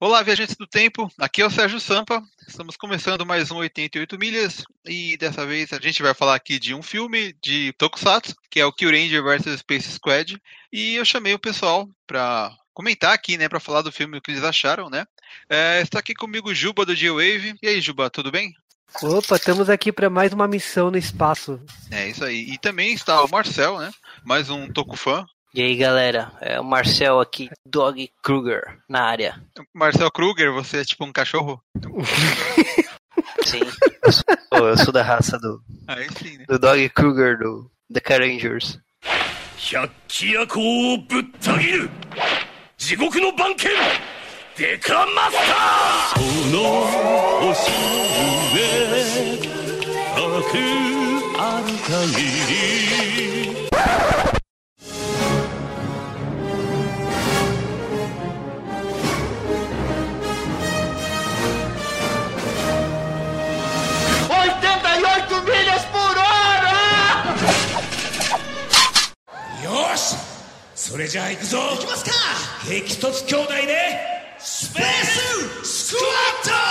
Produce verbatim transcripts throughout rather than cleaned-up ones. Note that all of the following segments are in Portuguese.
Olá, viajantes do tempo, aqui é o Sérgio Sampa, estamos começando mais um oitenta e oito milhas e dessa vez a gente vai falar aqui de um filme de Tokusatsu, que é o Kyuranger versus. Space Squad, e eu chamei o pessoal para comentar aqui, né, para falar do filme, o que eles acharam, né. É, está aqui comigo o Juba do G-Wave, e aí Juba, tudo bem? Opa, estamos aqui para mais uma missão no espaço. É isso aí, e também está o Marcel, né, mais um Tokufã. E aí galera, é o Marcel aqui, Dog Kruger, na área. Marcel Kruger, você é tipo um cachorro? Sim, eu sou, eu sou da raça do, Aí sim, né? do Dog Kruger, do The Carangers. 百鬼夜行をぶった切る地獄の番犬デカマスターこの星の上高くある限り oitenta e oito milhas por hora! よしそれじゃあ行くぞ行きますか激突兄弟でスペーススクワット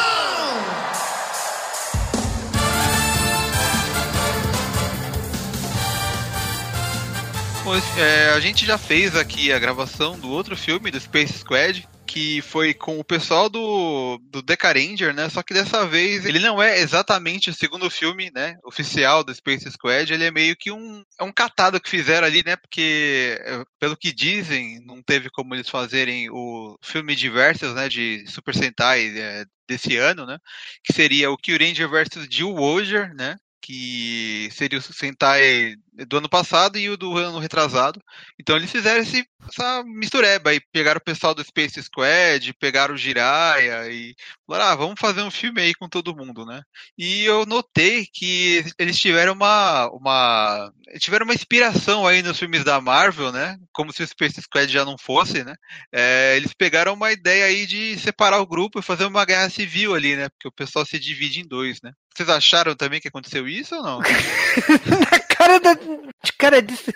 Bom, é, a gente já fez aqui a gravação do outro filme, do Space Squad, que foi com o pessoal do, do The Carranger, né? Só que dessa vez ele não é exatamente o segundo filme, né? Oficial do Space Squad, ele é meio que um, é um catado que fizeram ali, né? Porque, pelo que dizem, não teve como eles fazerem o filme de versus, né? De Super Sentai é, desse ano, né? Que seria o Kyuranger versus. Jill Wolger, né? Que seria o Sentai do ano passado e o do ano retrasado. Então eles fizeram esse, essa mistureba aí, pegaram o pessoal do Space Squad, pegaram o Jiraiya e falaram, ah, vamos fazer um filme aí com todo mundo, né? E eu notei que eles tiveram uma, uma tiveram uma inspiração aí nos filmes da Marvel, né? Como se o Space Squad já não fosse, né? É, eles pegaram uma ideia aí de separar o grupo e fazer uma guerra civil ali, né? Porque o pessoal se divide em dois, né? Vocês acharam também que aconteceu isso ou não? Na cara da. De cara disso.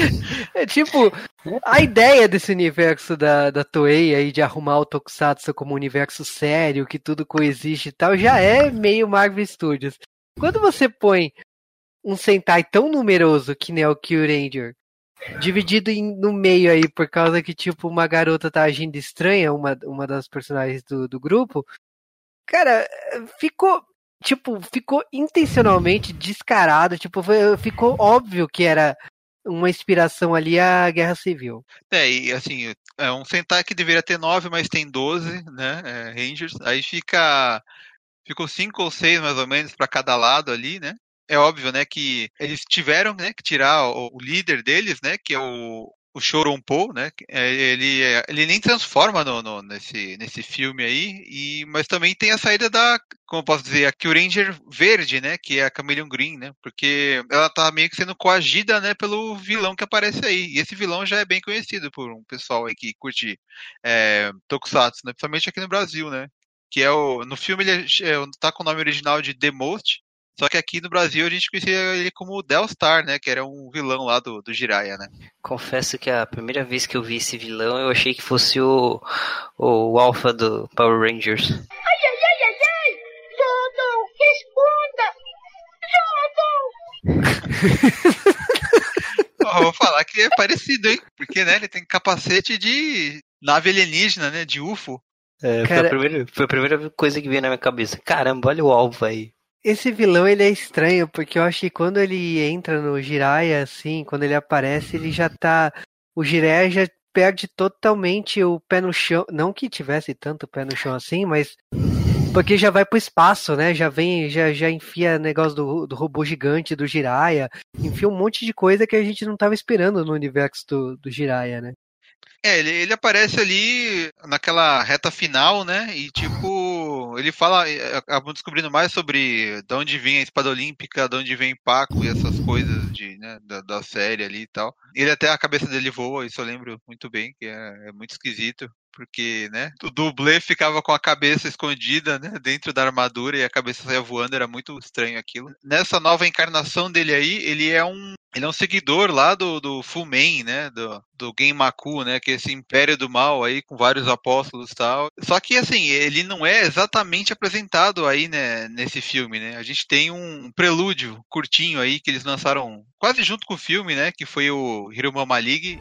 É tipo, a ideia desse universo da, da Toei aí de arrumar o Tokusatsu como um universo sério, que tudo coexiste e tal, já é meio Marvel Studios. Quando você põe um Sentai tão numeroso que nem o Kyuranger, dividido em, no meio aí por causa que, tipo, uma garota tá agindo estranha, uma, uma das personagens do, do grupo, cara, ficou. Tipo, ficou intencionalmente descarado, tipo, foi, ficou óbvio que era uma inspiração ali à Guerra Civil. É, e assim, é um Sentai que deveria ter nove, mas tem doze, né, é, Rangers, aí fica, ficou cinco ou seis mais ou menos para cada lado ali, né, é óbvio, né, que eles tiveram, né, que tirar o, o líder deles, né, que é o o Shoronpo, né? Ele, ele nem transforma no, no, nesse, nesse filme aí, e, mas também tem a saída da, como eu posso dizer, a Kyuranger verde, né? Que é a Chameleon Green, né? Porque ela tá meio que sendo coagida, né? Pelo vilão que aparece aí. E esse vilão já é bem conhecido por um pessoal aí que curte é, Tokusatsu, né? Principalmente aqui no Brasil, né? Que é o, no filme ele é, tá com o nome original de The Most, só que aqui no Brasil a gente conhecia ele como Delstar, né? Que era um vilão lá do, do Jiraiya, né? Confesso que a primeira vez que eu vi esse vilão, eu achei que fosse o, o Alpha do Power Rangers. Ai, ai, ai, ai, ai! Jordon, responda! Jordon! Oh, vou falar que é parecido, hein? Porque, né, ele tem capacete de nave alienígena, né? De U F O. É, Cara, foi, a primeira, foi a primeira coisa que veio na minha cabeça. Caramba, olha o Alpha aí. esse vilão, ele é estranho, porque eu acho que quando ele entra no Jiraiya, assim, quando ele aparece, ele já tá... O Jiraiya já perde totalmente o pé no chão. Não que tivesse tanto pé no chão assim, mas... Porque já vai pro espaço, né? Já vem, já, já enfia negócio do, do robô gigante do Jiraiya. Enfia um monte de coisa que a gente não tava esperando no universo do, do Jiraiya, né? É, ele, ele aparece ali naquela reta final, né? E tipo, ele fala, acabam descobrindo mais sobre de onde vem a espada olímpica, de onde vem Paco e essas coisas de, né, da, da série ali e tal. Ele até a cabeça dele voa, isso eu lembro muito bem, que é, é muito esquisito. Porque, né, o dublê ficava com a cabeça escondida, né, dentro da armadura e a cabeça saía voando, era muito estranho aquilo. Nessa nova encarnação dele aí, ele é um Ele é um seguidor lá do, do Fullman, né, do, do Genmaku, né, que é esse império do mal aí, com vários apóstolos e tal. Só que, assim, ele não é exatamente apresentado aí, né, nesse filme, né. A gente tem um prelúdio curtinho aí, que eles lançaram quase junto com o filme, né, que foi o Hiromama League.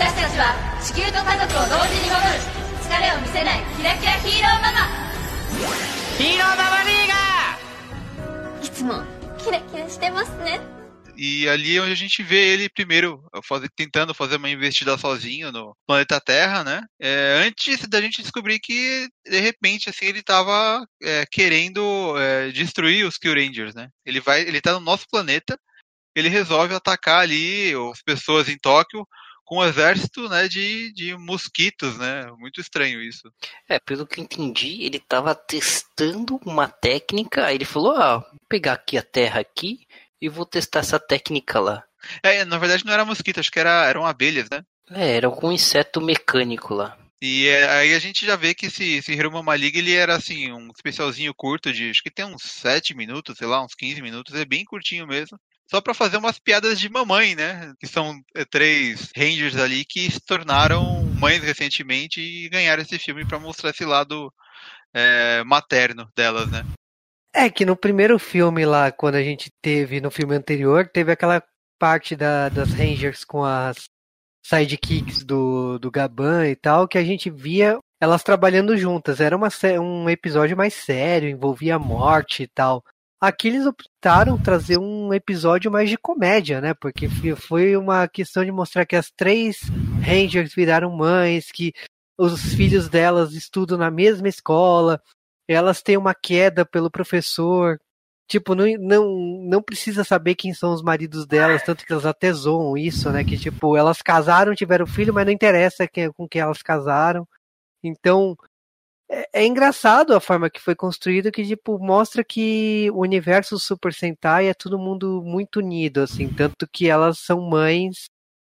E ali é onde a gente vê ele primeiro fazer, tentando fazer uma investida sozinho no planeta Terra, né? É, antes da gente descobrir que, de repente, assim, ele estava é, querendo é, destruir os Kill Rangers, né? Ele vai, ele tá no nosso planeta, ele resolve atacar ali as pessoas em Tóquio com um exército, né, de, de mosquitos, né? Muito estranho isso. É, pelo que eu entendi, ele estava testando uma técnica, aí ele falou, ah, vou pegar aqui a Terra aqui, e vou testar essa técnica lá. É, na verdade não era mosquito, acho que era, eram abelhas, né? É, era algum inseto mecânico lá. E é, aí a gente já vê que esse, esse Hiromama League, ele era assim, um especialzinho curto de, acho que tem uns sete minutos, sei lá, uns quinze minutos, é bem curtinho mesmo. Só pra fazer umas piadas de mamãe, né? Que são é, três Rangers ali que se tornaram mães recentemente e ganharam esse filme pra mostrar esse lado é, materno delas, né? É que no primeiro filme lá, quando a gente teve, no filme anterior, teve aquela parte da, das Rangers com as sidekicks do, do Gaban e tal, que a gente via elas trabalhando juntas. Era uma, um episódio mais sério, envolvia morte e tal. Aqui eles optaram trazer um episódio mais de comédia, né? Porque foi uma questão de mostrar que as três Rangers viraram mães, que os filhos delas estudam na mesma escola, elas têm uma queda pelo professor, tipo, não, não, não precisa saber quem são os maridos delas, tanto que elas até zoam isso, né, que tipo, elas casaram, tiveram filho, mas não interessa quem, com quem elas casaram. Então, é, é engraçado a forma que foi construído, que tipo, mostra que o universo Super Sentai é todo mundo muito unido, assim, tanto que elas são mães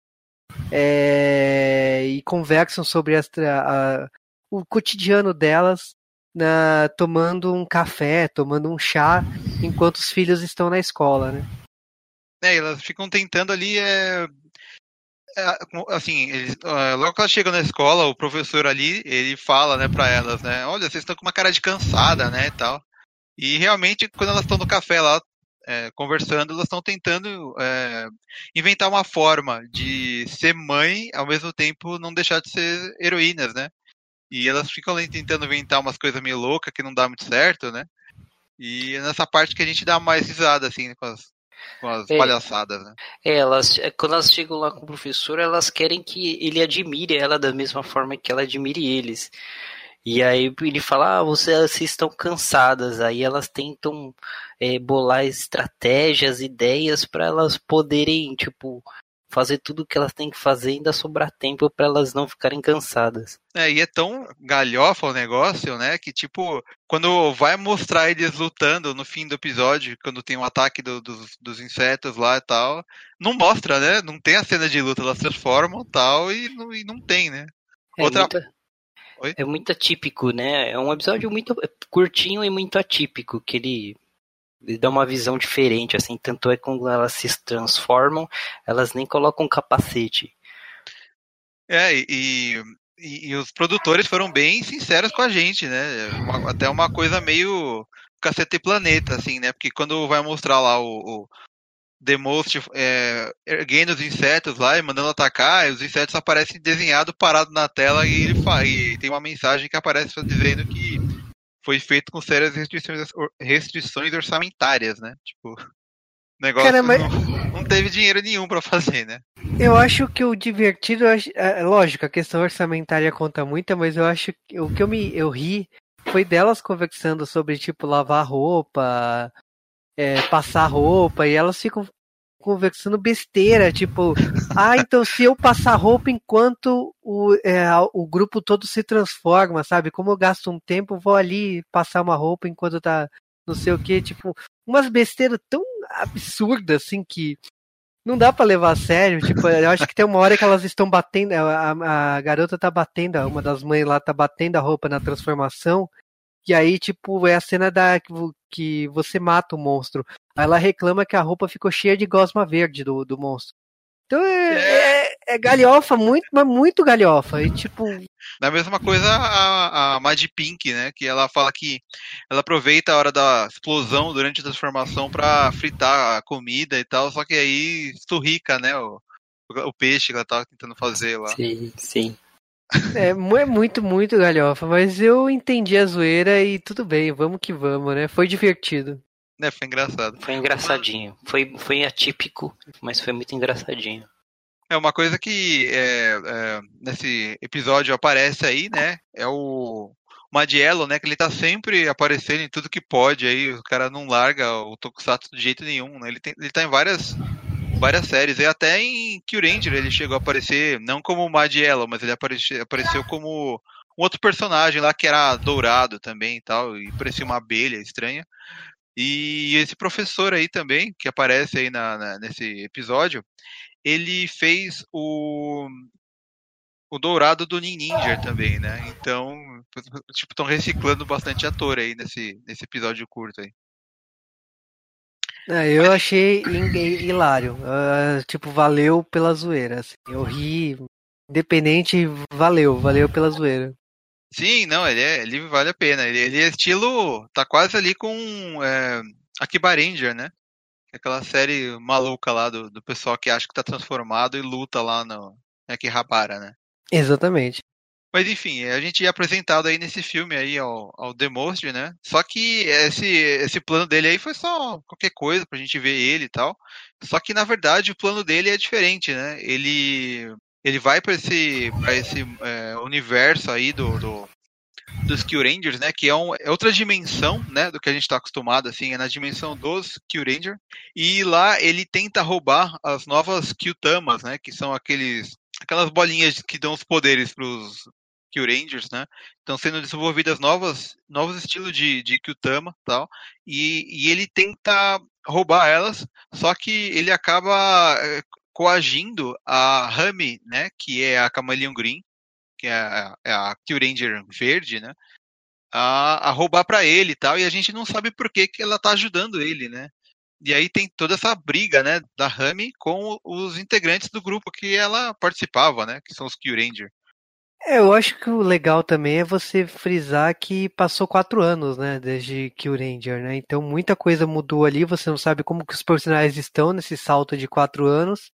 é, e conversam sobre as, a, o cotidiano delas, Na, tomando um café, tomando um chá, enquanto os filhos estão na escola, né? É, elas ficam tentando ali, é, é, assim, eles, logo que elas chegam na escola, o professor ali, ele fala, né, pra elas, né, olha, vocês estão com uma cara de cansada, né, e tal. E realmente, quando elas estão no café lá, é, conversando, elas estão tentando é, inventar uma forma de ser mãe, ao mesmo tempo não deixar de ser heroínas, né? E elas ficam ali tentando inventar umas coisas meio loucas que não dá muito certo, né? E é nessa parte que a gente dá mais risada, assim, com as, com as é, palhaçadas, né? É, elas, quando elas chegam lá com o professor, elas querem que ele admire ela da mesma forma que ela admire eles. E aí ele fala, ah, vocês, vocês estão cansadas. Aí elas tentam é, bolar estratégias, ideias para elas poderem, tipo, fazer tudo o que elas têm que fazer e ainda sobrar tempo para elas não ficarem cansadas. É, e é tão galhofa o negócio, né, que tipo, quando vai mostrar eles lutando no fim do episódio, quando tem um ataque do, dos, dos insetos lá e tal, não mostra, né, não tem a cena de luta, elas transformam e tal, e não, e não tem, né. É, Outra... muito, é muito atípico, né, é um episódio muito curtinho e muito atípico, que ele... Ele dá uma visão diferente, assim, tanto é que quando elas se transformam, elas nem colocam capacete. É, e, e, e os produtores foram bem sinceros com a gente, né? Uma, até uma coisa meio Cacete Planeta, assim, né? Porque quando vai mostrar lá o, o The Most é, erguendo os insetos lá e mandando atacar, os insetos aparecem desenhados, parados na tela, e ele faz, e tem uma mensagem que aparece dizendo que foi feito com sérias restrições, restrições orçamentárias, né? Tipo, o negócio Cara, mas... não, não teve dinheiro nenhum pra fazer, né? Eu acho que o divertido, é, lógico, a questão orçamentária conta muito, mas eu acho que o que eu me eu ri foi delas conversando sobre, tipo, lavar roupa, é, passar roupa, e elas ficam conversando besteira, tipo, ah, então se eu passar roupa enquanto o, é, o grupo todo se transforma, sabe? Como eu gasto um tempo, vou ali passar uma roupa enquanto tá não sei o que, tipo, umas besteiras tão absurdas, assim, que não dá pra levar a sério, tipo, eu acho que tem uma hora que elas estão batendo, a, a garota tá batendo, uma das mães lá tá batendo a roupa na transformação, e aí, tipo, é a cena da, que você mata o monstro. Aí ela reclama que a roupa ficou cheia de gosma verde do, do monstro. Então é, é, é galhofa, muito, mas muito galhofa. E tipo. Da mesma coisa a, a Mad Pink, né? Que ela fala que ela aproveita a hora da explosão durante a transformação pra fritar a comida e tal, só que aí esturrica, né? O, o peixe que ela tava tentando fazer lá. Sim, sim. É, é muito, muito galhofa, mas eu entendi a zoeira e tudo bem, vamos que vamos, né? Foi divertido. É, foi engraçado. Foi engraçadinho. Foi, foi atípico, mas foi muito engraçadinho. É uma coisa que é, é, nesse episódio aparece aí, né? É o Madiello, né? Que ele tá sempre aparecendo em tudo que pode aí. O cara não larga o Tokusatsu de jeito nenhum, né? Ele, tem, ele tá em várias, várias séries. E até em Kyuranger ele chegou a aparecer, não como o Madiello, mas ele apareceu, apareceu como um outro personagem lá que era dourado também e tal. E parecia uma abelha estranha. E esse professor aí também, que aparece aí na, na, nesse episódio, ele fez o o Dourado do Ninja também, né? Então, tipo, estão reciclando bastante ator aí nesse, nesse episódio curto aí. É, eu achei hilário. Uh, tipo, valeu pela zoeira. Assim. Eu ri, independente, valeu, valeu pela zoeira. Sim, não, ele, é, ele vale a pena. Ele, ele é estilo. Tá quase ali com é, Akiba Ranger, né? Aquela série maluca lá do, do pessoal que acha que tá transformado e luta lá no Akihabara, né? Exatamente. Mas enfim, a gente é apresentado aí nesse filme aí ao, ao The Most, né? Só que esse, esse plano dele aí foi só qualquer coisa pra gente ver ele e tal. Só que na verdade o plano dele é diferente, né? Ele, ele vai pra esse, pra esse é, universo aí do, do, dos Kyurangers, né? Que é, um, é outra dimensão, né? Do que a gente tá acostumado, assim, é na dimensão dos Kyuranger. E lá ele tenta roubar as novas Kyutamas, né? Que são aqueles aquelas bolinhas que dão os poderes pros Kyurangers, né? Estão sendo desenvolvidas novas, novos estilos de, de Kyutama e tal. E ele tenta roubar elas, só que ele acaba é, coagindo a Rami, né? Que é a Chameleon Green, que é a, é a Kyuranger verde, né? A, a roubar para ele e tal. E a gente não sabe por que, que ela tá ajudando ele, né? E aí tem toda essa briga, né? Da Rami com os integrantes do grupo que ela participava, né? Que são os Kyuranger. É, eu acho que o legal também é você frisar que passou quatro anos, né, desde Kyuranger, né? Então muita coisa mudou ali, você não sabe como que os personagens estão nesse salto de quatro anos.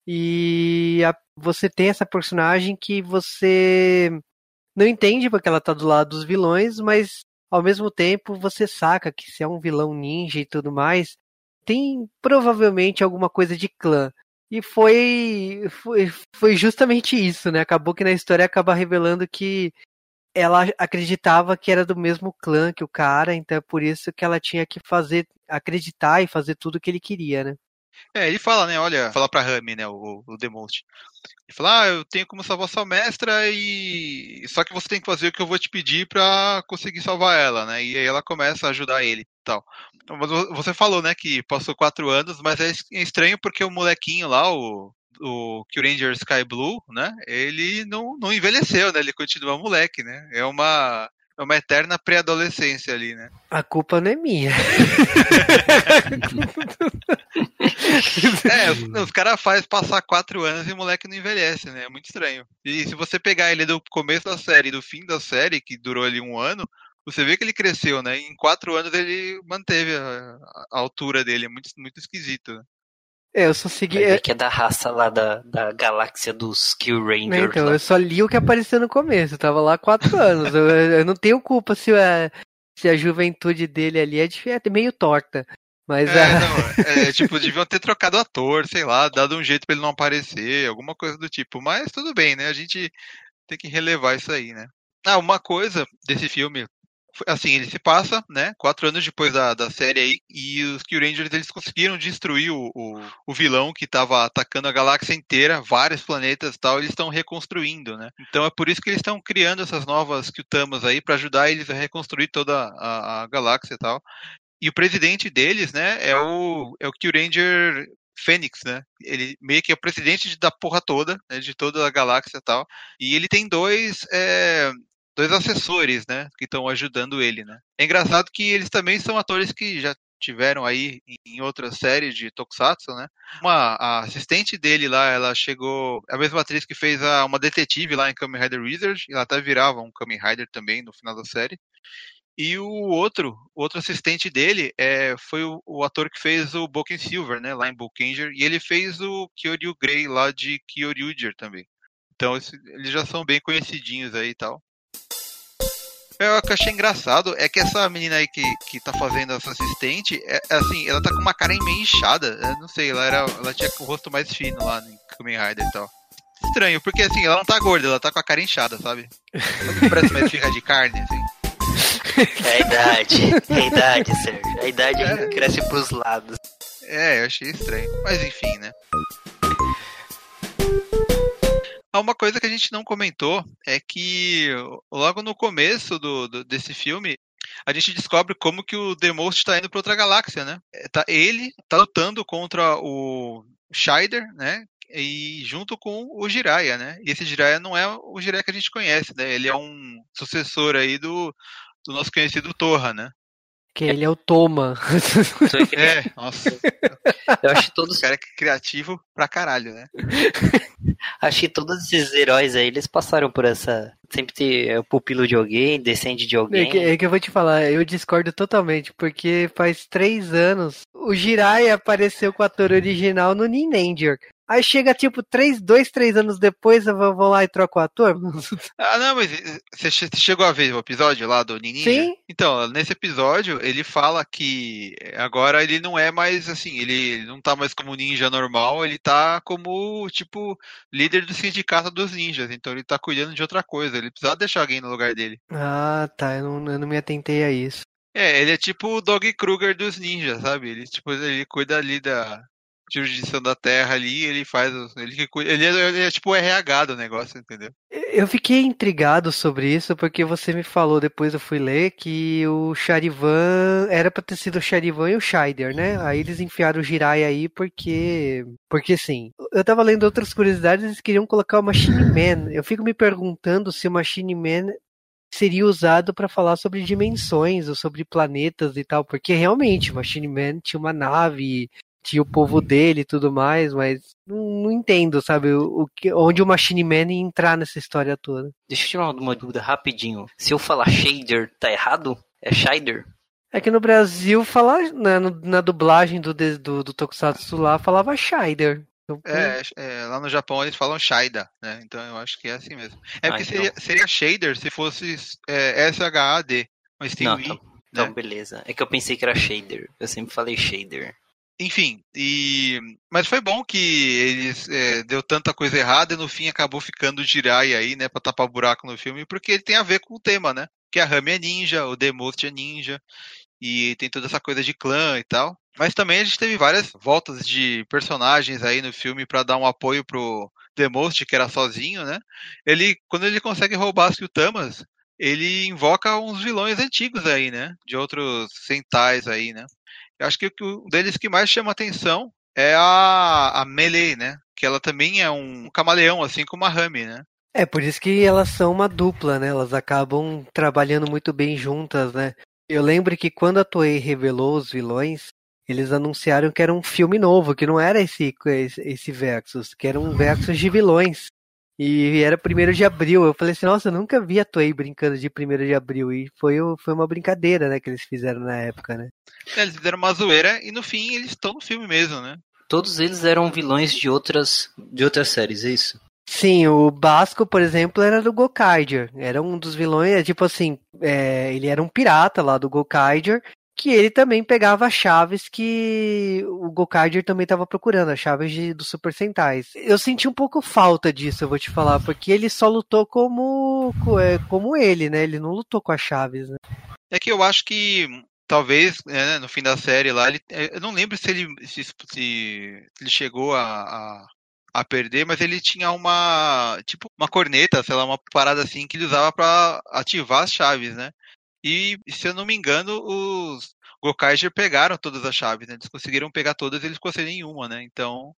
E a, você tem essa personagem que você não entende porque ela tá do lado dos vilões, mas ao mesmo tempo você saca que se é um vilão ninja e tudo mais, tem provavelmente alguma coisa de clã. E foi, foi, foi justamente isso, né? Acabou que na história acaba revelando que ela acreditava que era do mesmo clã que o cara, então é por isso que ela tinha que fazer, acreditar e fazer tudo o que ele queria, né? É, ele fala, né? Olha, fala pra Rami, né? O, o Demost. Ele fala, ah, eu tenho como salvar sua mestra e só que você tem que fazer o que eu vou te pedir pra conseguir salvar ela, né? E aí ela começa a ajudar ele e tal. Mas você falou, né, que passou quatro anos, mas é estranho porque o molequinho lá, o, o Kyuranger Sky Blue, né? Ele não, não envelheceu, né? Ele continua moleque, né? É uma, é uma eterna pré-adolescência ali, né? A culpa não é minha. É, os, os caras fazem passar quatro anos e o moleque não envelhece, né? É muito estranho. E se você pegar ele do começo da série e do fim da série, que durou ali um ano, você vê que ele cresceu, né? Em quatro anos ele manteve a, a altura dele. É muito, muito esquisito, né? É, eu só segui. É que é da raça lá da, da galáxia dos Kyurangers. Então, lá. eu só li o que apareceu no começo. Eu tava lá há quatro anos. Eu, eu não tenho culpa se a, se a juventude dele ali é, é meio torta. Mas é, a... não, é, tipo, deviam ter trocado o ator, sei lá, dado um jeito pra ele não aparecer, alguma coisa do tipo. Mas tudo bem, né? A gente tem que relevar isso aí, né? Ah, uma coisa desse filme, assim, ele se passa, né, quatro anos depois da, da série aí, e os Kyurangers, eles conseguiram destruir o, o, o vilão que estava atacando a galáxia inteira, vários planetas e tal, eles estão reconstruindo, né? Então é por isso que eles estão criando essas novas Kyutamas aí, para ajudar eles a reconstruir toda a, a galáxia e tal. E o presidente deles, né, é o, é o Kyuranger Fênix, né? Ele meio que é o presidente da porra toda, né, de toda a galáxia e tal. E ele tem dois, é, dois assessores, né, que estão ajudando ele, né. É engraçado que eles também são atores que já tiveram aí em outras séries de Tokusatsu, né. Uma, a assistente dele lá, ela chegou, a mesma atriz que fez a, uma detetive lá em Kamen Rider Wizard, ela até virava um Kamen Rider também no final da série. E o outro, o outro assistente dele é, foi o, o ator que fez o Boken Silver, né, lá em Bokenger, e ele fez o Kyoryu Grey lá de Kyoryuger também. Então esse, eles já são bem conhecidinhos aí e tal. O que eu achei engraçado é que essa menina aí que, que tá fazendo essa assistente, é, assim, ela tá com uma cara meio inchada. Eu não sei, ela, era, ela tinha o rosto mais fino lá no Kamen Rider e tal. Estranho, porque assim, ela não tá gorda, ela tá com a cara inchada, sabe? Sabe, parece mais fica de carne, assim. É a idade, é a idade, Sérgio. A idade É. cresce pros lados. É, eu achei estranho. Mas enfim, né? Ah, uma coisa que a gente não comentou é que logo no começo do, do- desse filme, a gente descobre como que o The Most tá indo pra outra galáxia, né? É, Tá, ele tá lutando contra o Scheider, né? E junto com o Jiraiya, né? E esse Jiraiya não é o Jiraiya que a gente conhece, né? Ele é um sucessor aí do, do nosso conhecido Torra, né? Que ele é o Toma. Então, eu, queria- É, nossa, eu acho que todos, esse cara é criativo pra caralho, né? acho que todos esses heróis aí, eles passaram por essa. Sempre ter o pupilo de alguém, descende de É alguém. que, é que eu vou te falar, eu discordo totalmente, porque faz três anos o Jiraiya apareceu com o ator original no Ninjanger. Aí chega tipo três, dois, três anos depois, eu vou vou lá e troco o ator? Ah, não, mas você che- você chegou a ver o episódio lá do Ninja? Sim. Então, nesse episódio, ele fala que agora ele não é mais assim, ele não tá mais como ninja normal, ele tá como, tipo, líder do sindicato dos ninjas. Então ele tá cuidando de outra coisa, ele precisa deixar alguém no lugar dele. Ah, tá, eu não, eu não me atentei a isso. É, ele é tipo o Dog Kruger dos ninjas, sabe? Ele, tipo, ele cuida ali da jurisdição da terra ali, ele faz, os- ele, que cuida, ele, é, ele é tipo o R H do negócio, entendeu? Eu fiquei intrigado sobre isso porque você me falou, depois eu fui ler, que o Charivan era pra ter sido o Charivan e o Scheider, né? Aí eles enfiaram o Jiraiya aí porque. Porque sim. Eu tava lendo outras curiosidades, eles queriam colocar o Machine Man. Eu fico me perguntando se o Machine Man seria usado pra falar sobre dimensões ou sobre planetas e tal, porque realmente o Machine Man tinha uma nave, tinha o povo dele e tudo mais, mas não, não entendo, sabe, o, o que, onde o Machine Man ia entrar nessa história toda. Deixa eu tirar uma dúvida rapidinho. Se eu falar shader, tá errado? É Scheider? É que no Brasil, falar na, no- na dublagem do, des- do, do Tokusatsu lá, falava Scheider. Então, É, é, lá no Japão eles falam Shaida, né? Então eu acho que é assim mesmo. É Ah, porque então. seria, seria shader se fosse é, S H A D, mas tem Não, o I, então, então né? beleza. É que eu pensei que era shader. Eu sempre falei shader. Enfim, e mas foi bom que eles é, deu tanta coisa errada e no fim acabou ficando o Jiraiya aí, né, pra tapar buraco no filme, porque ele tem a ver com o tema, né? Que a Rami é ninja, o Demost é ninja, e tem toda essa coisa de clã e tal. Mas também a gente teve várias voltas de personagens aí no filme pra dar um apoio pro Demost, que era sozinho, né? Ele, quando ele consegue roubar as Kyutamas, ele invoca uns vilões antigos aí, né? De outros Sentais aí, né? Eu acho que o que- um deles que mais chama atenção é a, a Melee, né? Que ela também é um camaleão, assim como a Rami, né? é por isso que elas são uma dupla, né? Elas acabam trabalhando muito bem juntas, né? Eu lembro que quando a Toei revelou os vilões, eles anunciaram que era um filme novo, que não era esse, esse, esse Versus, que era um Versus de vilões. E era primeiro de abril. Eu falei assim, nossa, eu nunca vi a Toei brincando de primeiro de abril. E foi, o- foi uma brincadeira, né, que eles fizeram na época, né? Eles fizeram uma zoeira e no fim eles estão no filme mesmo, né? Todos eles eram vilões de outras, de outras séries, é isso? Sim, o Basco, por exemplo, era do Gokaiger. Era um dos vilões, é tipo assim, é, ele era um pirata lá do Gokaiger, que ele também pegava as chaves que o Gokaiger também estava procurando, as chaves de, dos Super Sentais. Eu senti um pouco falta disso, eu vou te falar, porque ele só lutou como, co- é, como ele, né? Ele não lutou com as chaves, né? É que eu acho que talvez, né, no fim da série lá, ele, eu não lembro se ele, se, se ele chegou a, a, a perder, mas ele tinha uma, tipo, uma corneta, sei lá, uma parada assim que ele usava pra ativar as chaves, né? E, se eu não me engano, os Gokaiger pegaram todas as chaves, né? Eles conseguiram pegar todas e ele ficou sem nenhuma, né? Então,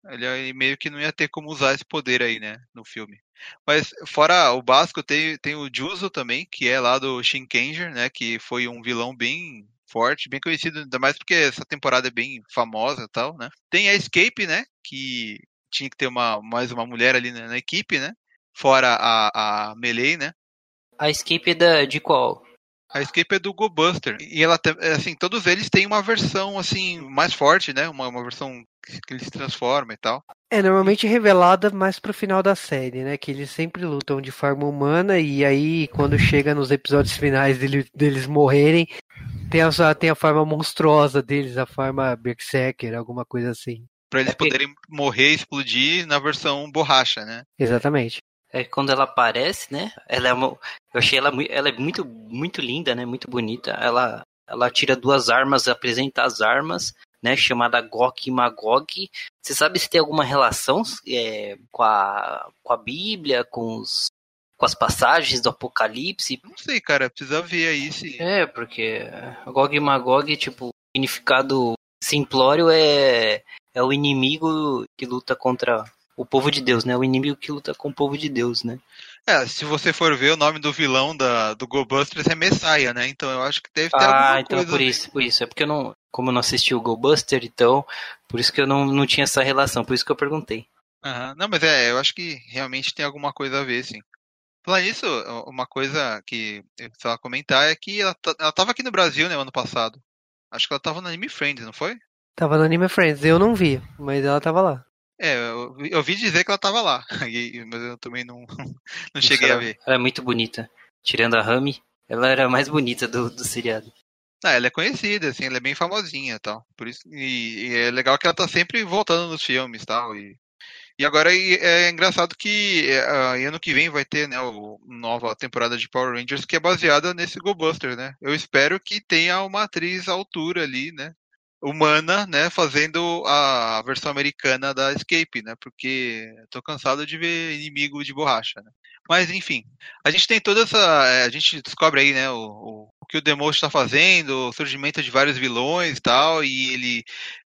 Ele meio que não ia ter como usar esse poder aí, né, no filme. Mas fora o básico, tem, tem o Juzo também, que é lá do Shinkenger, né, que foi um vilão bem forte, bem conhecido, ainda mais porque essa temporada é bem famosa e tal, né. Tem a Escape, né, que tinha que ter uma, mais uma mulher ali na, na equipe, né, fora a, a Melee, né. A Escape é da, de qual? A Escape é do Go Buster. E ela tem, assim, todos eles têm uma versão assim mais forte, né? Uma, uma versão que eles se transformam e tal. É normalmente revelada mais pro final da série, né? Que eles sempre lutam de forma humana e aí quando chega nos episódios finais dele, deles morrerem, tem a, tem a forma monstruosa deles, a forma Berserker, alguma coisa assim. Pra eles É porque- poderem morrer e explodir na versão borracha, né? Exatamente. É que quando ela aparece, né? Ela é uma, eu achei ela, mui- ela é muito, muito linda, né? Muito bonita. Ela, ela tira duas armas, apresenta as armas, né? Chamada Gog e Magog. Você sabe se tem alguma relação é, com, a, com a Bíblia, com, os, com as passagens do Apocalipse? Não sei, cara, precisa ver aí se. É, porque Gog e Magog, tipo, o significado simplório é, é o inimigo que luta contra o povo de Deus, né? O inimigo que luta com o povo de Deus, né? É, se você for ver o nome do vilão da, do Go Busters é Messiah, né? Então eu acho que deve ter alguma Ah, então coisa. por isso, por isso. É porque eu não, como eu não assisti o Go Buster, então, por isso que eu não, não tinha essa relação, por isso que eu perguntei. Aham. Não, mas é, eu acho que realmente tem alguma coisa a ver, sim. Falar nisso, uma coisa que eu precisava comentar é que ela, tá- ela tava aqui no Brasil, né, ano passado. Acho que ela tava no Anime Friends, não foi? Tava no Anime Friends, eu não vi, mas ela tava lá. É, eu, eu ouvi dizer que ela tava lá, e- mas eu também não, não cheguei ela, a ver. ela é muito bonita. Tirando a Rami, ela era a mais bonita do, do seriado. Ah, ela é conhecida, assim, ela é bem famosinha e tal. Por isso, e, e é legal que ela tá sempre voltando nos filmes tal, e tal. E agora e é engraçado que é, ano que vem vai ter, né, o nova temporada de Power Rangers que é baseada nesse Go Buster, né? Eu espero que tenha uma atriz à altura ali, né? Humana, né, fazendo a versão americana da Escape, né? Porque tô cansado de ver inimigo de borracha, né? Mas enfim, a gente tem toda essa, é, a gente descobre aí, né, o, o, o que o Demotion está fazendo, o surgimento de vários vilões e tal, e ele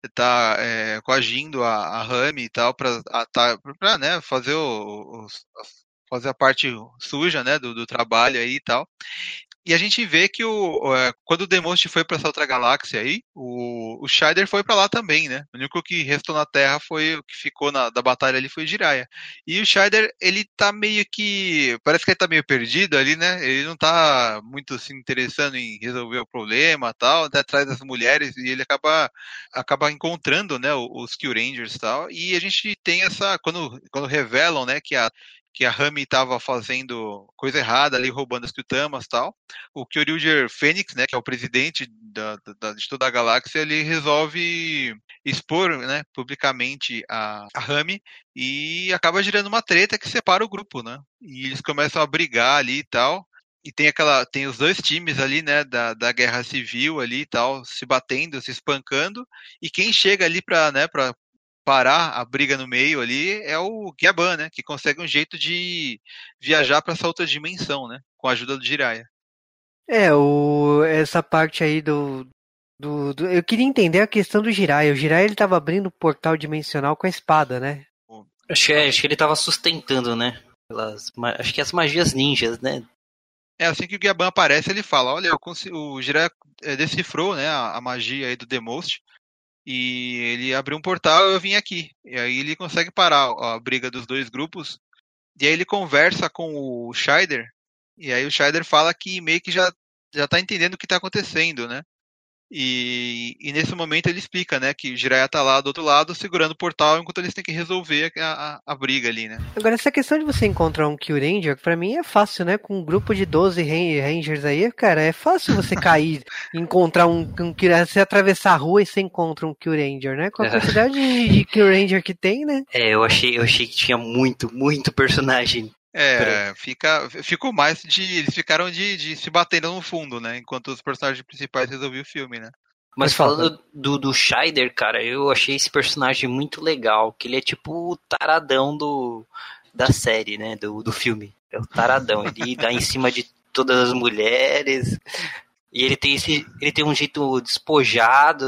tá é, coagindo a, a Rami e tal para tá, pra, né, fazer o, os- fazer a parte suja, né, do, do trabalho aí e tal. E a gente vê que o, é, quando o Demost foi para essa outra galáxia aí, o, o Scheider foi para lá também, né? O único que restou na Terra foi o que ficou na, da batalha ali foi o Jiraiya. E o Scheider, ele tá meio que, parece que ele tá meio perdido ali, né? Ele não tá muito se interessando em resolver o problema, tal, tá atrás das mulheres e ele acaba acaba encontrando, né, os Kill Rangers e tal. E a gente tem essa quando quando revelam, né, que a que a Rami estava fazendo coisa errada ali, roubando as Kyutamas e tal. O Kyoryuger Fênix, né, que é o presidente da, da, de toda a galáxia, ele resolve expor, né, publicamente a, a Rami e acaba gerando uma treta que separa o grupo, né? E eles começam a brigar ali e tal. E tem aquela, tem os dois times ali, né, da, da guerra civil ali e tal, se batendo, se espancando. E quem chega ali para, né, para parar a briga no meio ali é o Gyaban, né? Que consegue um jeito de viajar para essa outra dimensão, né? Com a ajuda do Jiraiya. É, o, essa parte aí do, do, do- eu queria entender a questão do Jiraiya. O Jiraiya ele tava abrindo o portal dimensional com a espada, né? Acho que, acho que ele tava sustentando, né? Pelas, ma- acho que as magias ninjas, né? É assim que o Gyaban aparece, ele fala: olha, eu consi- o Jiraiya eh, decifrou, né, a, a magia aí do Demost. E ele abriu um portal e eu vim aqui. E aí ele consegue parar a, a briga dos dois grupos. E aí ele conversa com o Scheider. E aí o Scheider fala que meio que já, já tá entendendo o que tá acontecendo, né? E, e nesse momento ele explica, né, que o Jiraiya tá lá do outro lado segurando o portal enquanto eles têm que resolver a, a, a briga ali, né? Agora, essa questão de você encontrar um Kill Ranger, pra mim é fácil, né? Com um grupo de doze Ran- Rangers aí, cara, é fácil você cair e encontrar um, um Kill Ranger. Você atravessar a rua e você encontra um Kill Ranger, né? Com a É. quantidade de, de Kill Ranger que tem, né? É, eu achei, eu achei que tinha muito, muito personagem. É, fica, ficou mais de. Eles ficaram de, de se batendo no fundo, né? Enquanto os personagens principais resolviam o filme, né? Mas Mas fala. falando do, do Scheider, cara, eu achei esse personagem muito legal. Que ele é tipo o taradão do, da série, né? Do, do filme. É o taradão. Ele dá em cima de todas as mulheres. E ele tem esse. Ele tem um jeito despojado, né?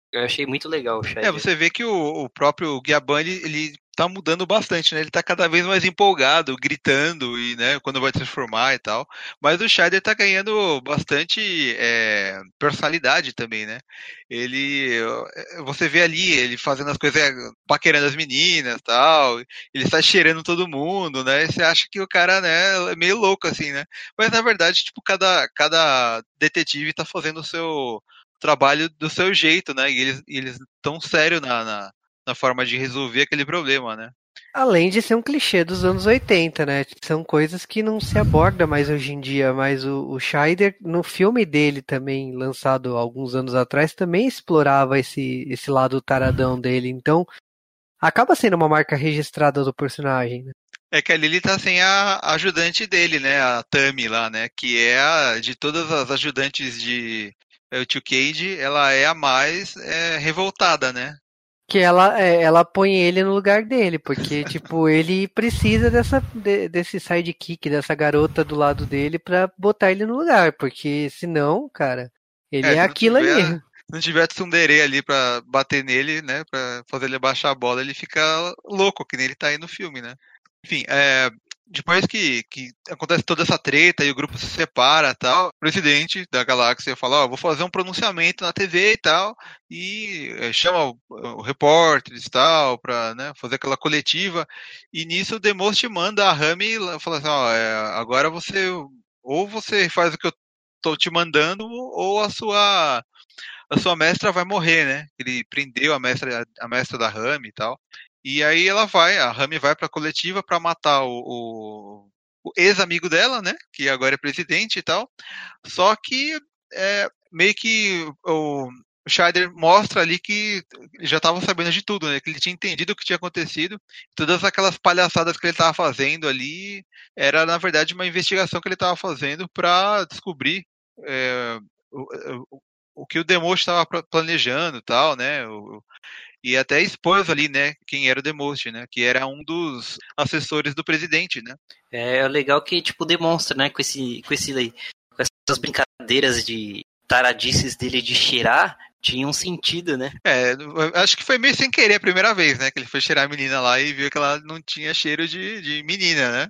Eu achei muito legal o Scheider. É, você vê que o, o próprio Guiaban, ele, ele tá mudando bastante, né? Ele tá cada vez mais empolgado, gritando, e, né, quando vai transformar e tal. Mas o Scheider tá ganhando bastante é, personalidade também, né? Ele, você vê ali, ele fazendo as coisas, paquerando as meninas e tal, ele sai cheirando todo mundo, né? E você acha que o cara, né, é meio louco, assim, né? Mas, na verdade, tipo, cada, cada detetive tá fazendo o seu trabalho do seu jeito, né? E eles eles tão sério na, na, na forma de resolver aquele problema, né? Além de ser um clichê dos anos oitenta, né? São coisas que não se aborda mais hoje em dia, mas o, o Scheider, no filme dele também, lançado alguns anos atrás, também explorava esse, esse lado taradão dele, então acaba sendo uma marca registrada do personagem, né? É que ali ele tá sem a ajudante dele, né? A Tammy lá, né? Que é a, de todas as ajudantes de é, o tio Cage, ela é a mais é, revoltada, né? Que ela, é, ela põe ele no lugar dele, porque, tipo, ele precisa dessa, de, desse sidekick, dessa garota do lado dele pra botar ele no lugar, porque senão, cara, ele é, é aquilo tiver, ali. Se não tiver tsundere ali pra bater nele, né, pra fazer ele baixar a bola, ele fica louco, que nem ele tá aí no filme, né? Enfim, é, depois que, que acontece toda essa treta e o grupo se separa e tal, o presidente da galáxia fala, ó, oh, vou fazer um pronunciamento na T V e tal, e é, chama o, o repórter e tal, pra, né, fazer aquela coletiva, e nisso o Demost manda a Rami e fala assim, ó, oh, é, agora você, ou você faz o que eu tô te mandando, ou a sua, a sua mestra vai morrer, né? Ele prendeu a mestra, a mestra da Rami e tal. E aí ela vai, a Rami vai pra coletiva pra matar o, o, o ex-amigo dela, né? Que agora é presidente e tal. Só que é, meio que o, o Scheider mostra ali que ele já estava sabendo de tudo, né? Que ele tinha entendido o que tinha acontecido. Todas aquelas palhaçadas que ele estava fazendo ali era, na verdade, uma investigação que ele estava fazendo para descobrir é, o, o, o que o Demost estava planejando e tal, né? O, e até expôs ali, né, quem era o Demost, né, que era um dos assessores do presidente, né. É legal que, tipo, demonstra, né, com, esse, com, esse, com essas brincadeiras de taradices dele de cheirar, tinha um sentido, né. É, acho que foi meio sem querer a primeira vez, né, que ele foi cheirar a menina lá e viu que ela não tinha cheiro de, de menina, né.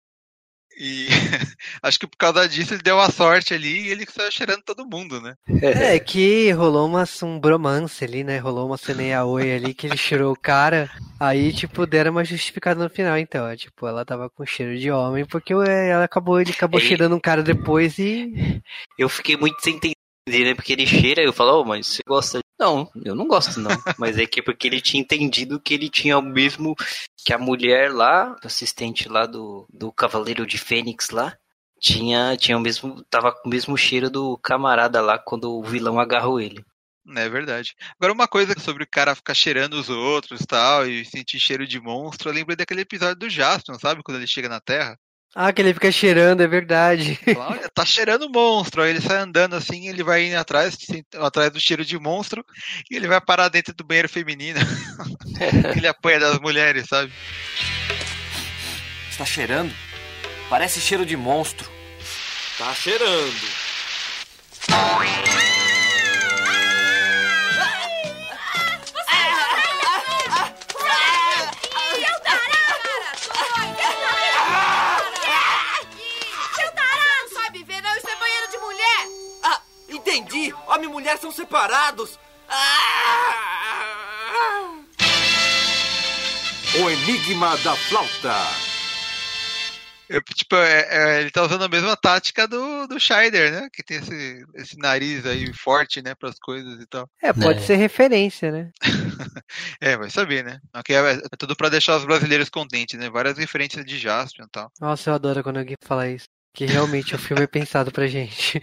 E acho que por causa disso ele deu uma sorte ali e ele saiu cheirando todo mundo, né? É, que rolou uma, um bromance ali, né? Rolou uma cena oi ali que ele cheirou o cara. Aí, tipo, deram uma justificada no final, então. É, tipo, ela tava com cheiro de homem porque ela acabou, ele acabou e... cheirando um cara depois e. Eu fiquei muito sem entender, né? Porque ele cheira e eu falo, oh, mas você gosta de... Não, eu não gosto, não. Mas é que porque ele tinha entendido que ele tinha o mesmo que a mulher lá, assistente lá do, do Cavaleiro de Fênix lá, tinha, tinha o mesmo, tava com o mesmo cheiro do camarada lá quando o vilão agarrou ele. É verdade. Agora, uma coisa sobre o cara ficar cheirando os outros e tal, e sentir cheiro de monstro, eu lembrei daquele episódio do Jaspion, sabe? Quando ele chega na Terra. Ah, que ele fica cheirando, é verdade. Fala, olha, tá cheirando monstro. Aí ele sai andando assim, ele vai indo atrás, atrás do cheiro de monstro, e ele vai parar dentro do banheiro feminino. Ele apanha das mulheres, sabe? Está cheirando? Parece cheiro de monstro. Tá cheirando. Entendi! Homem e mulher são separados! Ah! O Enigma da Flauta. Eu, tipo, é, é, ele tá usando a mesma tática do, do Scheider, né? Que tem esse, esse nariz aí forte, né? Pras coisas e tal. É, pode é. ser referência, né? É, vai saber, né? Aqui é, é tudo pra deixar os brasileiros contentes, né? Várias referências de Jaspion e tal. Nossa, eu adoro quando alguém fala isso. Que realmente o filme é pensado pra gente.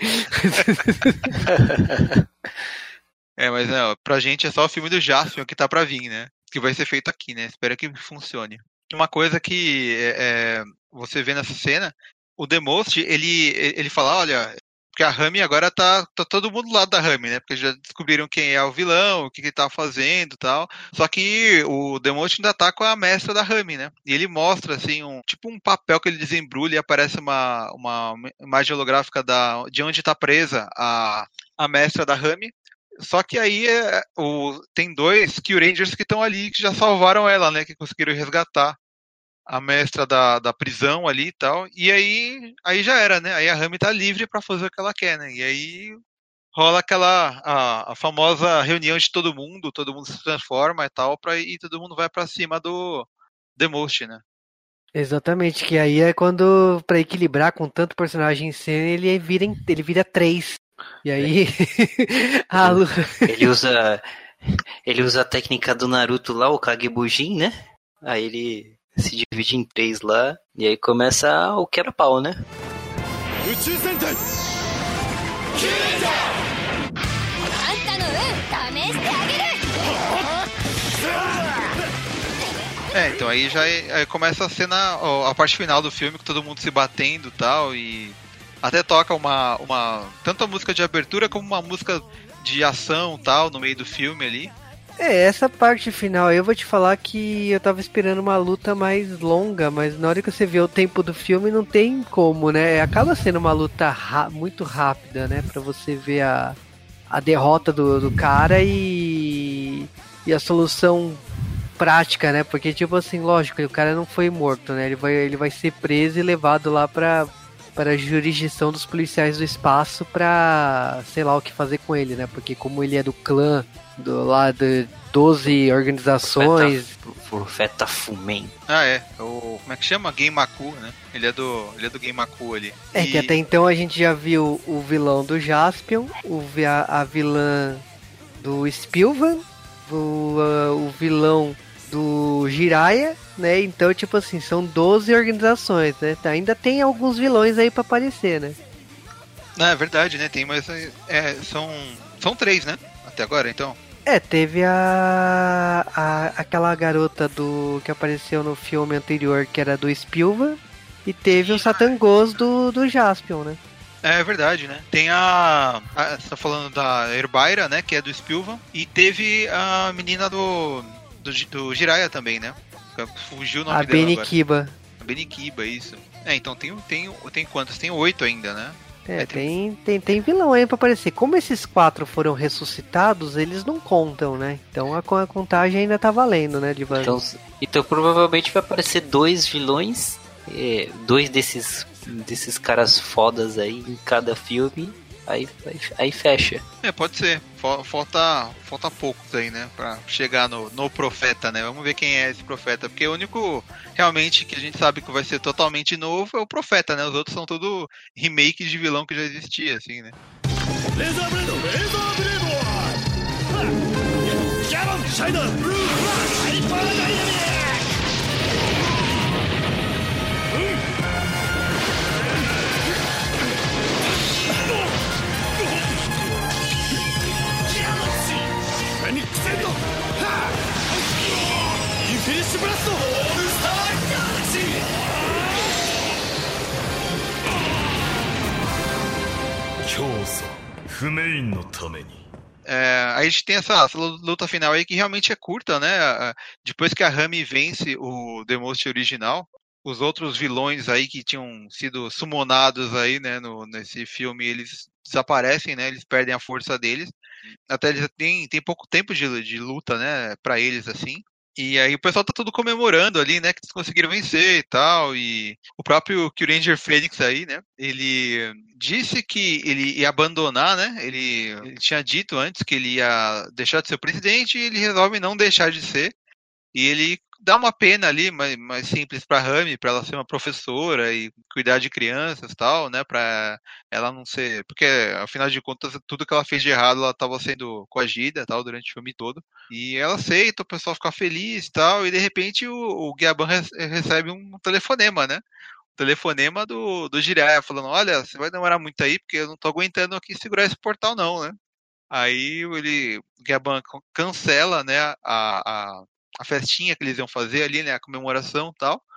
É, mas não, pra gente é só o filme do Jaspion que tá pra vir, né? Que vai ser feito aqui, né? Espero que funcione. Uma coisa que é, você vê nessa cena, o Demost, ele, ele fala, olha, porque a Rami agora tá, tá todo mundo do lado da Rami, né? Porque já descobriram quem é o vilão, o que, que ele tá fazendo e tal. Só que o Demost ainda tá com a mestra da Rami, né? E ele mostra, assim, um tipo um papel que ele desembrulha e aparece uma, uma imagem holográfica da, de onde tá presa a, a mestra da Rami. Só que aí é, o, tem dois Kill Rangers que estão ali, que já salvaram ela, né? Que conseguiram resgatar a mestra da, da prisão ali e tal. E aí, aí já era, né? Aí a Rami tá livre pra fazer o que ela quer, né? E aí rola aquela a, a famosa reunião de todo mundo, todo mundo se transforma e tal, pra, e todo mundo vai pra cima do The Most, né? Exatamente, que aí é quando, pra equilibrar com tanto personagem em cena, ele vira, em- ele vira três. E aí, a Lu- Ele usa. Ele usa a técnica do Naruto lá, o Kagebujin, né? Aí ele se divide em três lá. E aí começa o quebra-pau, né? É, então aí já é- aí começa a cena, ó, a parte final do filme, com todo mundo se batendo e tal, e até toca uma, uma. Tanto a música de abertura como uma música de ação tal, no meio do filme ali. É, essa parte final aí eu vou te falar que eu tava esperando uma luta mais longa, mas na hora que você vê o tempo do filme não tem como, né? Acaba sendo uma luta ra- muito rápida, né? Pra você ver a, a derrota do, do cara e, e a solução prática, né? Porque, tipo assim, lógico, o cara não foi morto, né? Ele vai, ele vai ser preso e levado lá pra, para a jurisdição dos policiais do espaço pra, sei lá o que fazer com ele, né? Porque como ele é do clã, do lá de doze organizações... Profeta, Profeta Fumen. Ah, é. O, como é que chama? Geimaku, né? Ele é do, ele é do Geimaku ali. É E- que até então a gente já viu o vilão do Jaspion, o, vi- a, a vilã do Spilvan, o, ah, o vilão do Jiraiya, né? Então, tipo assim, são doze organizações, né? Ainda tem alguns vilões aí pra aparecer, né? Não, é verdade, né? Tem, mas é, são, são três, né? Até agora, então. É, teve a, a aquela garota do que apareceu no filme anterior, que era do Spilvan, e teve o Satangos do, do Jaspion, né? É verdade, né? Tem a, a. Você tá falando da Herbaira, né? Que é do Spilvan. E teve a menina do. Do, do Jiraiya também, né? Fugiu o nome A dela agora. Benikiba. A Benikiba, isso. É, então tem, tem, tem quantas? Tem oito ainda, né? É, É, tem, tem, tem vilão aí pra aparecer. Como esses quatro foram ressuscitados, eles não contam, né? Então a, a contagem ainda tá valendo, né, Divan? Então, então provavelmente vai aparecer dois vilões, é, dois desses, desses caras fodas aí em cada filme, aí, aí, aí fecha. É, pode ser. Fal- Falta, falta poucos aí, né? Pra chegar no, no profeta, né? Vamos ver quem é esse profeta. Porque o único, realmente, que a gente sabe que vai ser totalmente novo é o profeta, né? Os outros são tudo remakes de vilão que já existia, assim, né? É, a gente tem essa, essa luta final aí que realmente é curta, né? A- Depois que a Rami vence o The Most original, os outros vilões aí que tinham sido summonados aí, né, no, nesse filme, eles desaparecem, né? Eles perdem a força deles. Até eles têm, têm pouco tempo de, de luta, né? Pra eles, assim. E aí o pessoal tá todo comemorando ali, né? Que eles conseguiram vencer e tal. E o próprio Kyuranger Fênix aí, né? Ele disse que ele ia abandonar, né? Ele, ele tinha dito antes que ele ia deixar de ser o presidente e ele resolve não deixar de ser. E ele dá uma pena ali, mais, mais simples pra Rami, pra ela ser uma professora e cuidar de crianças e tal, né? Pra ela não ser. Porque, afinal de contas, tudo que ela fez de errado, ela tava sendo coagida tal, durante o filme todo. E ela aceita, o pessoal fica feliz e tal, e de repente o, o Gyaban re- recebe um telefonema, né? Um telefonema do, do Jiraiya, falando: olha, você vai demorar muito aí, porque eu não tô aguentando aqui segurar esse portal, não, né? Aí ele, o Gyaban can- cancela, né, a, a, a festinha que eles iam fazer ali, né, a comemoração e tal.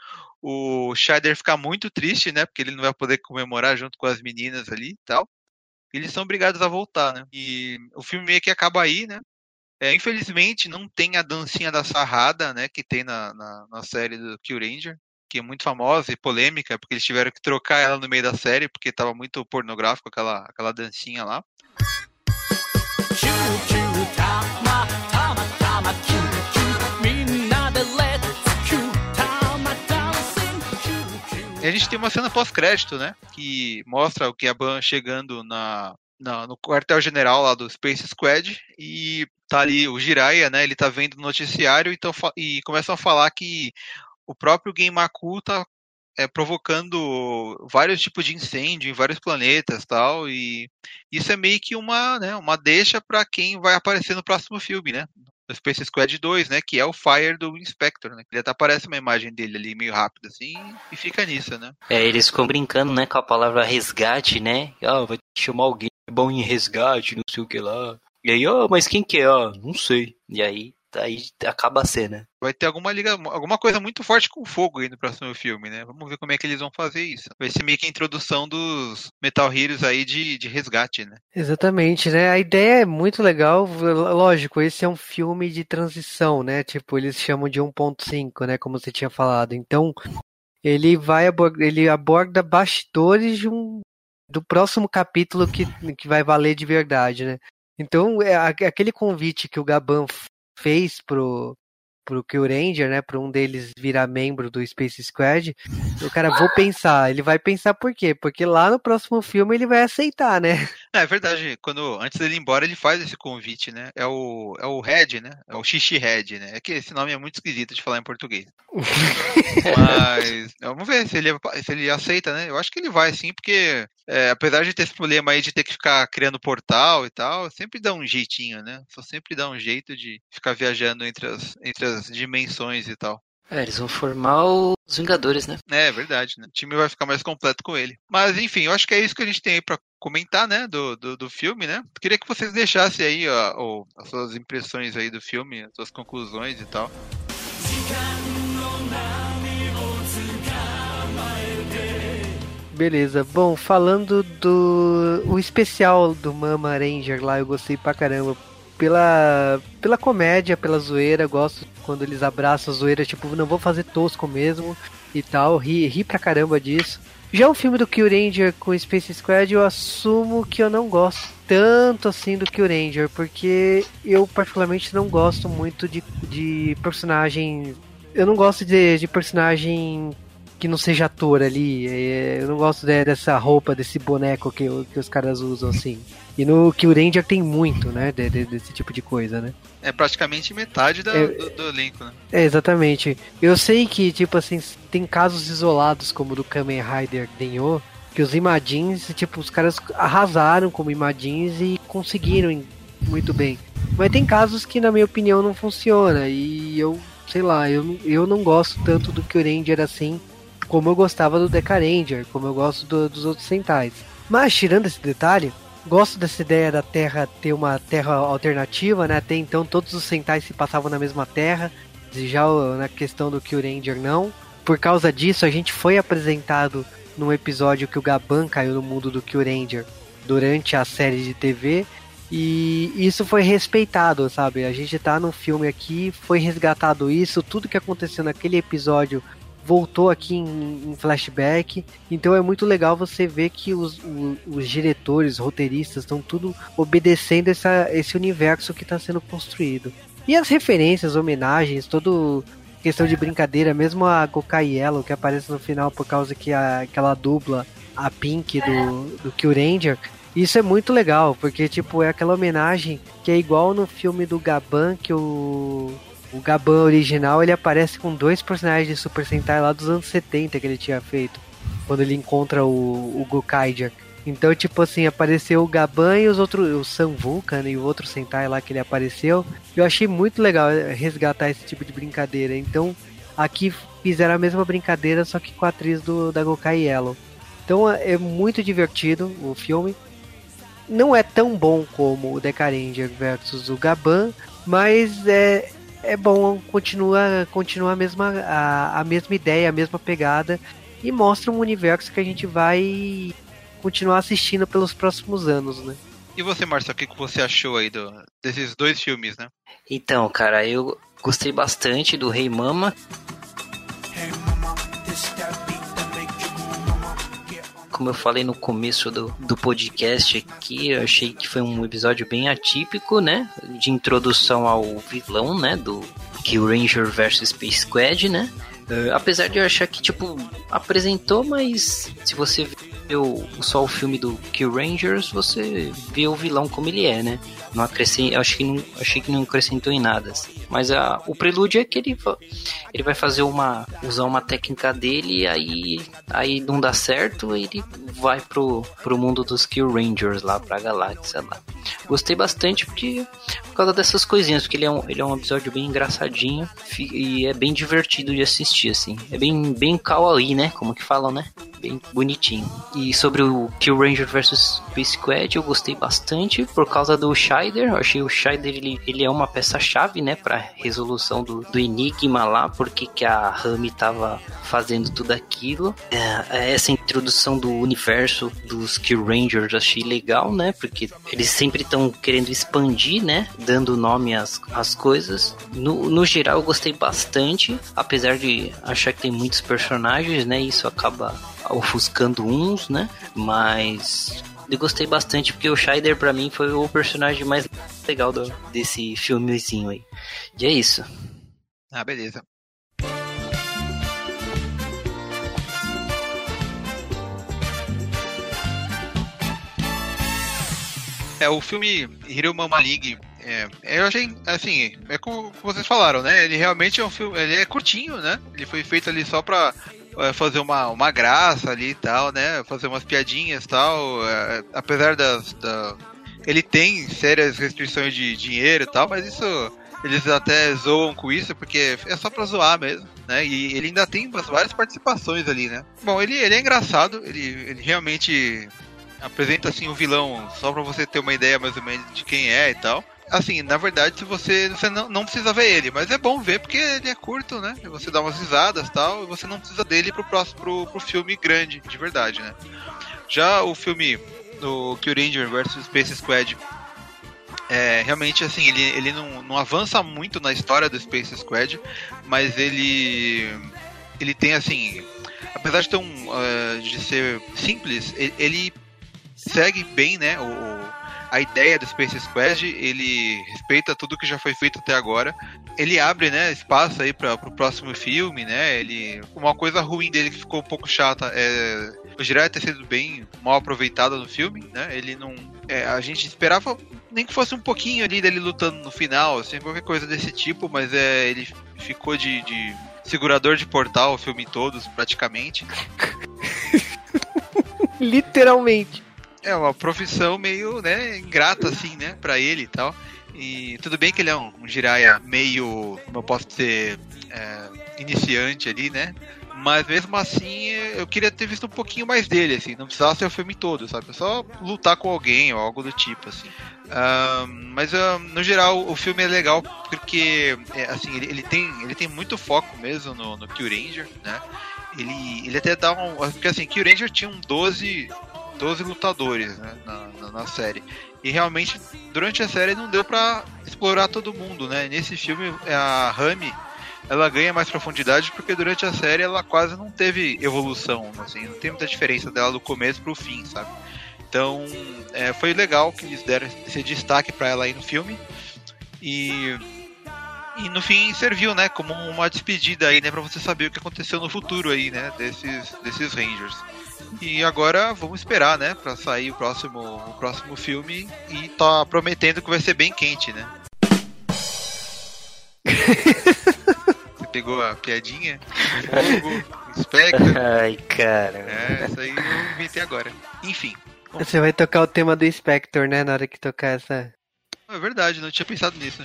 O Scheider fica muito triste, né, porque ele não vai poder comemorar junto com as meninas ali e tal. E eles são obrigados a voltar, né. E o filme meio que acaba aí, né. É, infelizmente não tem a dancinha da sarrada, né, que tem na, na, na série do Kyuranger, que é muito famosa e polêmica, porque eles tiveram que trocar ela no meio da série, porque estava muito pornográfico aquela, aquela dancinha lá. E a gente tem uma cena pós-crédito, né? Que mostra o Gaban chegando na, na, no quartel-general lá do Space Squad. E tá ali o Jiraiya, né? Ele tá vendo o noticiário então, e começam a falar que o próprio Genmaku tá é, provocando vários tipos de incêndio em vários planetas e tal. E isso é meio que uma, né, uma deixa pra quem vai aparecer no próximo filme, né? Do Space Squad dois, né, que é o Fire do Inspector, né, que até aparece uma imagem dele ali meio rápido assim, e fica nisso, né. É, eles ficam brincando, né, com a palavra resgate, né, ah, vai chamar alguém bom em resgate, não sei o que lá, e aí, ó, oh, mas quem que é, ah, não sei, e aí, aí acaba a cena. Vai ter alguma liga, alguma coisa muito forte com fogo aí no próximo filme, né, vamos ver como é que eles vão fazer isso. Vai ser meio que a introdução dos Metal Heroes aí de, de resgate, né. Exatamente, né, a ideia é muito legal, lógico, esse é um filme de transição, né, tipo, eles chamam de um ponto cinco, né, como você tinha falado, então ele vai, ele aborda bastidores de um, do próximo capítulo que, que vai valer de verdade, né, então é aquele convite que o Gaban fez pro pro Kyuranger, né, para um deles virar membro do Space Squad, o cara, vou pensar, ele vai pensar por quê? Porque lá no próximo filme ele vai aceitar, né? É verdade, quando, antes dele ir embora ele faz esse convite, né, é o, é o Red, né, é o Xixi Red, né, é que esse nome é muito esquisito de falar em português. Mas, vamos ver se ele, se ele aceita, né, eu acho que ele vai sim, porque é, apesar de ter esse problema aí de ter que ficar criando portal e tal, sempre dá um jeitinho, né, só sempre dá um jeito de ficar viajando entre as, entre as dimensões e tal. É, eles vão formar os Vingadores, né? É, verdade, né? O time vai ficar mais completo com ele. Mas, enfim, eu acho que é isso que a gente tem aí pra comentar, né, do, do, do filme, né? Queria que vocês deixassem aí ó, ó, as suas impressões aí do filme, as suas conclusões e tal. Beleza, bom, falando do o especial do Mama Ranger lá, eu gostei pra caramba. Pela, pela comédia, pela zoeira, gosto quando eles abraçam a zoeira, tipo, não vou fazer tosco mesmo e tal, ri, ri pra caramba disso. Já o filme do Kyuranger com Space Squad, eu assumo que eu não gosto tanto assim do Kyuranger, porque eu particularmente não gosto muito de, de personagem, eu não gosto de, de personagem que não seja ator ali, eu não gosto de, dessa roupa, desse boneco que, que os caras usam assim. E no Kyuranger tem muito, né, de, de, desse tipo de coisa, né? É praticamente metade da, é, do, do elenco, né? É, exatamente. Eu sei que, tipo assim, tem casos isolados, como do Kamen Rider Denyo, que os Imagins, tipo, os caras arrasaram como Imagins e conseguiram muito bem. Mas tem casos que, na minha opinião, não funciona. E eu, sei lá, eu, eu não gosto tanto do Kyuranger assim, como eu gostava do Dekaranger, como eu gosto do, dos outros Sentais. Mas, tirando esse detalhe, gosto dessa ideia da Terra ter uma Terra alternativa, né? Até então todos os Sentais se passavam na mesma Terra, e já na questão do Kyuranger não. Por causa disso, a gente foi apresentado num episódio que o Gaban caiu no mundo do Kyuranger durante a série de T V, e isso foi respeitado, sabe? A gente tá num filme aqui, foi resgatado isso, tudo que aconteceu naquele episódio voltou aqui em, em flashback, então é muito legal você ver que os, os, os diretores, roteiristas estão tudo obedecendo essa, esse universo que está sendo construído. E as referências, homenagens, toda questão de brincadeira, mesmo a Gokai Yellow que aparece no final por causa que, a, que ela dubla a Pink do, do Kyuranger, isso é muito legal, porque tipo, é aquela homenagem que é igual no filme do Gaban, que o... O Gaban original, ele aparece com dois personagens de Super Sentai lá dos anos setenta que ele tinha feito, quando ele encontra o, o Gokaiger. Então, tipo assim, apareceu o Gaban e os outros, o Sun Vulcan e o outro Sentai lá que ele apareceu. Eu achei muito legal resgatar esse tipo de brincadeira. Então, aqui fizeram a mesma brincadeira, só que com a atriz do, da Gokai Yellow. Então, é muito divertido o filme. Não é tão bom como o Dekaranger versus o Gaban, mas é... É bom, continua, continua a, mesma, a, a mesma ideia, a mesma pegada, e mostra um universo que a gente vai continuar assistindo pelos próximos anos, né? E você, Marcelo, o que você achou aí do, desses dois filmes, né? Então, cara, eu gostei bastante do Rei Mama. como eu falei no começo do, do podcast aqui, eu achei que foi um episódio bem atípico, né? De introdução ao vilão, né? Do Kill Ranger versus Space Squad, né? Uh, apesar de eu achar que, tipo, apresentou, mas se você viu só o filme do Kill Rangers, você vê o vilão como ele é, né? Não acrescent... eu acho que não... achei que não acrescentou em nada. Assim. Mas a... o prelúdio é que ele, va... ele vai fazer uma... usar uma técnica dele, aí aí não dá certo, ele vai pro, pro mundo dos Kill Rangers lá, pra galáxia lá. Gostei bastante porque por causa dessas coisinhas, porque ele é um, ele é um episódio bem engraçadinho e é bem divertido de assistir, assim. É bem, bem kawaii, né? Como que falam, né? Bem bonitinho. E sobre o Kill Ranger versus Space Squad, eu gostei bastante por causa do Scheider. Eu achei o Scheider, ele, ele é uma peça-chave, né, pra resolução do, do enigma lá, porque que a Rami tava fazendo tudo aquilo. É, essa introdução do universo dos Kill Rangers eu achei legal, né, porque eles sempre estão querendo expandir, né, dando nome às, às coisas. No, no geral, eu gostei bastante, apesar de achar que tem muitos personagens, né, isso acaba ofuscando uns, né? Mas eu gostei bastante porque o Scheider pra mim foi o personagem mais legal do, desse filmezinho aí. E é isso. Ah, beleza. É, o filme Hero Mama League, é, eu achei, assim, é como vocês falaram, né? Ele realmente é um filme, ele é curtinho, né? Ele foi feito ali só pra fazer uma, uma graça ali e tal, né? Fazer umas piadinhas e tal. É, apesar das, da... Ele tem sérias restrições de dinheiro e tal, mas isso... Eles até zoam com isso, porque é só pra zoar mesmo, né? E ele ainda tem várias participações ali, né? Bom, ele, ele é engraçado, ele, ele realmente apresenta, assim, o vilão só pra você ter uma ideia mais ou menos de quem é e tal. Assim, na verdade, se você, você não, não precisa ver ele, mas é bom ver porque ele é curto, né? Você dá umas risadas e tal, e você não precisa dele pro próximo pro, pro filme grande, de verdade, né? Já o filme do Kill Ranger versus Space Squad, é, realmente, assim, ele, ele não, não avança muito na história do Space Squad, mas ele ele tem, assim, apesar de ter um uh, de ser simples, ele, ele segue bem, né, o a ideia do Space Squad, ele respeita tudo que já foi feito até agora. Ele abre, né, espaço aí para o próximo filme, né? Ele, uma coisa ruim dele que ficou um pouco chata é o Jiraiya ter sido bem mal aproveitado no filme, né? Ele não, é, a gente esperava nem que fosse um pouquinho ali dele lutando no final, assim, qualquer coisa desse tipo, mas é, ele ficou de, de segurador de portal o filme todo, praticamente. Literalmente. É uma profissão meio, né, ingrata, assim, né, pra ele e tal. E tudo bem que ele é um, um Jiraiya meio, como eu posso dizer, é, iniciante ali, né? Mas mesmo assim, eu queria ter visto um pouquinho mais dele, assim. Não precisava ser o filme todo, sabe? Só lutar com alguém ou algo do tipo, assim. Uh, mas, uh, no geral, o filme é legal porque, é, assim, ele, ele, tem, ele tem muito foco mesmo no, no Kill Ranger, né? Ele, ele até dá um... Porque, assim, Kill Ranger tinha um doze... doze lutadores, né, na, na, na série. E realmente, durante a série não deu pra explorar todo mundo, né? Nesse filme, a Rami, ela ganha mais profundidade porque durante a série ela quase não teve evolução, assim, não tem muita diferença dela do começo pro fim, sabe? Então, é, foi legal que eles deram esse destaque pra ela aí no filme. E... E no fim serviu, né, como uma despedida aí, né, pra você saber o que aconteceu no futuro aí, né, desses, desses Rangers. E agora vamos esperar, né, pra sair o próximo, o próximo filme e tá prometendo que vai ser bem quente, né. Você pegou a piadinha? Fogo, Spectre. Ai, cara. É, isso aí eu inventei agora. Enfim. Bom. Você vai tocar o tema do Spectre, né, na hora que tocar essa... É verdade, não tinha pensado nisso.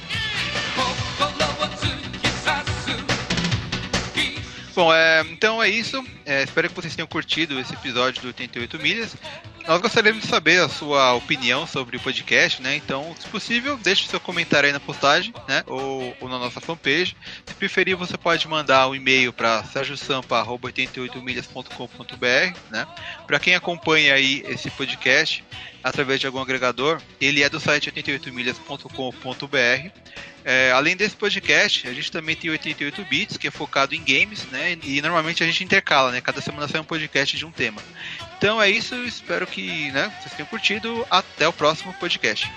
Bom, é, então é isso. É, espero que vocês tenham curtido esse episódio do oitenta e oito milhas. Nós gostaríamos de saber a sua opinião sobre o podcast, né? Então, se possível, deixe o seu comentário aí na postagem, né? Ou, ou na nossa fanpage. Se preferir, você pode mandar um e-mail para sergio sampa arroba oitenta e oito milhas ponto com ponto b r, né? Para quem acompanha aí esse podcast através de algum agregador, ele é do site oitenta e oito milhas ponto com ponto b r. É, além desse podcast, a gente também tem oitenta e oito bits, que é focado em games, né? E normalmente a gente intercala, né? Cada semana sai um podcast de um tema. Então é isso, espero que, né, vocês tenham curtido. Até o próximo podcast.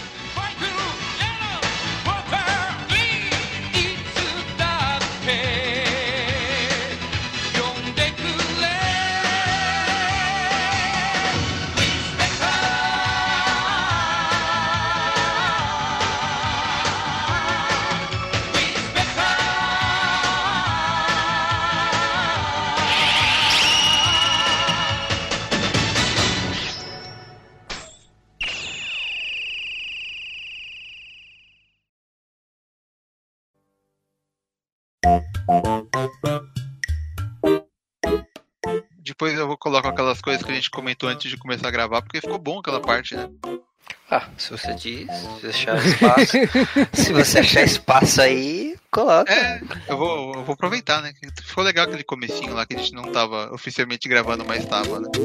Depois eu vou colocar aquelas coisas que a gente comentou antes de começar a gravar, porque ficou bom aquela parte, né? Ah, se você diz, se achar espaço, se você achar espaço aí, coloca. É, eu vou, eu vou aproveitar, né? Ficou legal aquele comecinho lá que a gente não tava oficialmente gravando, mas tava, né?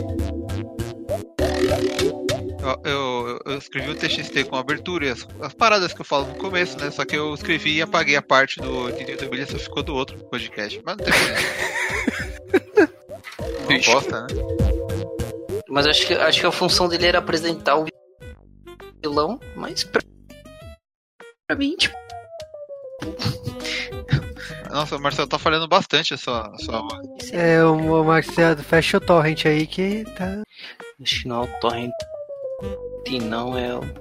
Eu, eu, eu escrevi o T X T com a abertura e as, as paradas que eu falo no começo, né? Só que eu escrevi e apaguei a parte do oitenta e oito milhas, só ficou do outro podcast. Mas não tem problema. Não bosta, né? Mas acho que, acho que a função dele era apresentar o vilão, mas pra, pra mim, tipo... Nossa, o Marcelo tá falhando bastante a sua, a sua... É, o Marcelo, fecha o torrent aí que tá... Acho que não é o torrent, e não é o...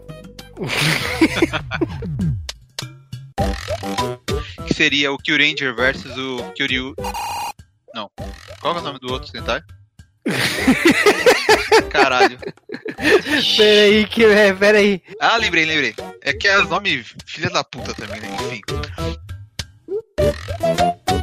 que seria o Kyuranger versus o Kyoryu... Não. Qual é o nome do outro Sentai? Caralho. Peraí, que é, peraí. Ah, lembrei, lembrei. É que é o nome filha da puta também, né? Enfim.